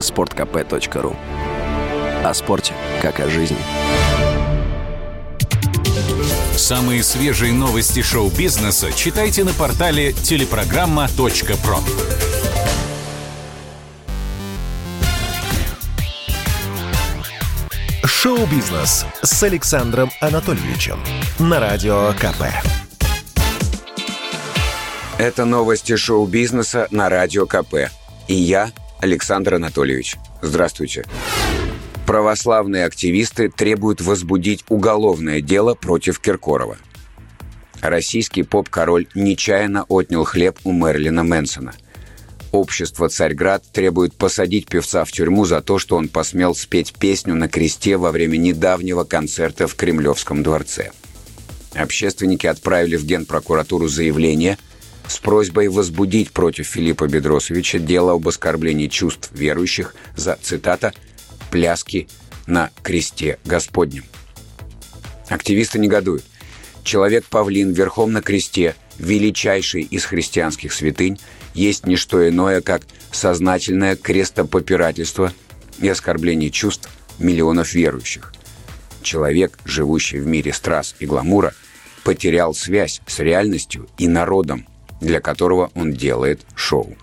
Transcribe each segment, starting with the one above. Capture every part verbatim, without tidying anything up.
спорт кей пи точка ру. О спорте, как о жизни. Самые свежие новости шоу-бизнеса читайте на портале телепрограмма точка про. Шоу-бизнес с Александром Анатольевичем на Радио КП. Это новости шоу-бизнеса на Радио КП. И я, Александр Анатольевич. Здравствуйте. Православные активисты требуют возбудить уголовное дело против Киркорова. Российский поп-король нечаянно отнял хлеб у Мэрилина Мэнсона. Общество «Царьград» требует посадить певца в тюрьму за то, что он посмел спеть песню на кресте во время недавнего концерта в Кремлевском дворце. Общественники отправили в Генпрокуратуру заявление с просьбой возбудить против Филиппа Бедросовича дело об оскорблении чувств верующих за, цитата, «пляски на кресте Господнем». Активисты негодуют. Человек-павлин верхом на кресте, величайший из христианских святынь, есть не что иное, как сознательное крестопопирательство и оскорбление чувств миллионов верующих. Человек, живущий в мире страз и гламура, потерял связь с реальностью и народом, для которого он делает шоу.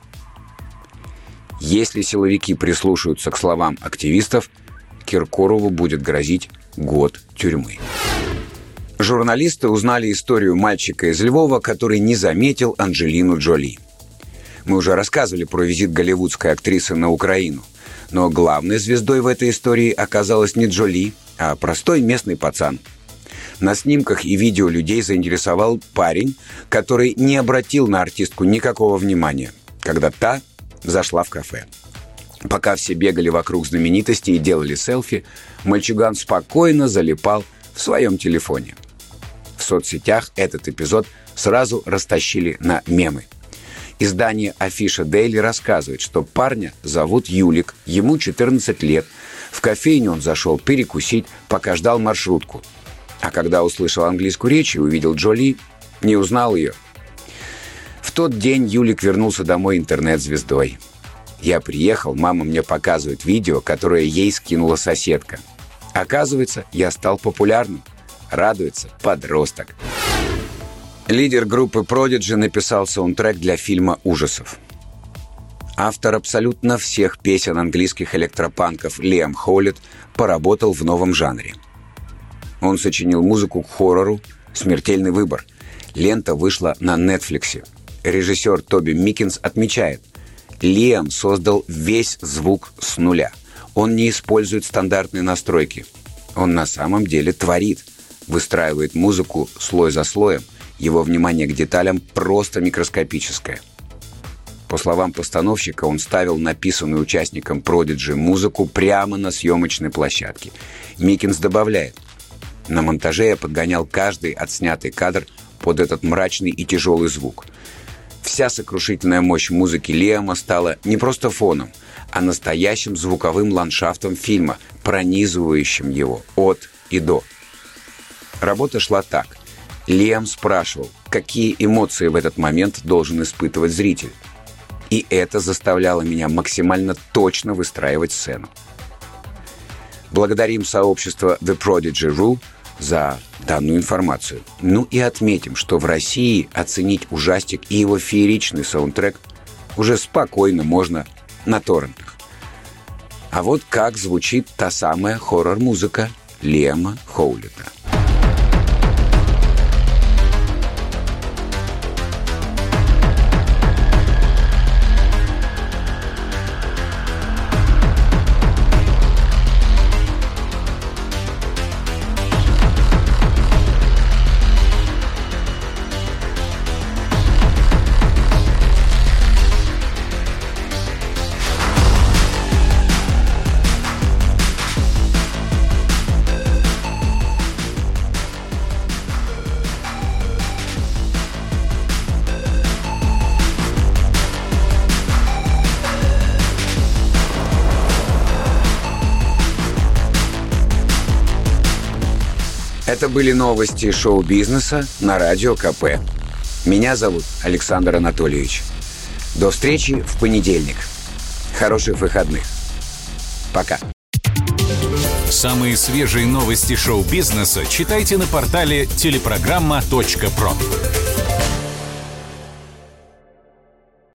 Если силовики прислушаются к словам активистов, Киркорову будет грозить год тюрьмы. Журналисты узнали историю мальчика из Львова, который не заметил Анджелину Джоли. Мы уже рассказывали про визит голливудской актрисы на Украину. Но главной звездой в этой истории оказалась не Джоли, а простой местный пацан. На снимках и видео людей заинтересовал парень, который не обратил на артистку никакого внимания, когда та зашла в кафе. Пока все бегали вокруг знаменитости и делали селфи, мальчуган спокойно залипал в своем телефоне. В соцсетях этот эпизод сразу растащили на мемы. Издание Афиша Дейли рассказывает, что парня зовут Юлик, ему четырнадцать лет. В кофейню он зашел перекусить, пока ждал маршрутку. А когда услышал английскую речь и увидел Джоли, не узнал ее. В тот день Юлик вернулся домой интернет-звездой. Я приехал, мама мне показывает видео, которое ей скинула соседка. Оказывается, я стал популярным. Радуется подросток. Лидер группы Prodigy написал саундтрек для фильма ужасов. Автор абсолютно всех песен английских электропанков Лиам Хоулетт поработал в новом жанре. Он сочинил музыку к хоррору «Смертельный выбор». Лента вышла на Netflix. Режиссер Тоби Миккенс отмечает, Лиам создал весь звук с нуля. Он не использует стандартные настройки. Он на самом деле творит, выстраивает музыку слой за слоем. Его внимание к деталям просто микроскопическое. По словам постановщика, он ставил написанную участникам Prodigy музыку прямо на съемочной площадке. Миккенс добавляет, на монтаже я подгонял каждый отснятый кадр под этот мрачный и тяжелый звук. Вся сокрушительная мощь музыки Лиама стала не просто фоном, а настоящим звуковым ландшафтом фильма, пронизывающим его от и до. Работа шла так. Лиам спрашивал, какие эмоции в этот момент должен испытывать зритель. И это заставляло меня максимально точно выстраивать сцену. Благодарим сообщество The Prodigy Rule за данную информацию. Ну и отметим, что в России оценить ужастик и его фееричный саундтрек уже спокойно можно на торрентах. А вот как звучит та самая хоррор-музыка Лиама Хоулетта. Это были новости шоу-бизнеса на Радио КП. Меня зовут Александр Анатольевич. До встречи в понедельник. Хороших выходных. Пока. Самые свежие новости шоу-бизнеса читайте на портале телепрограмма точка про.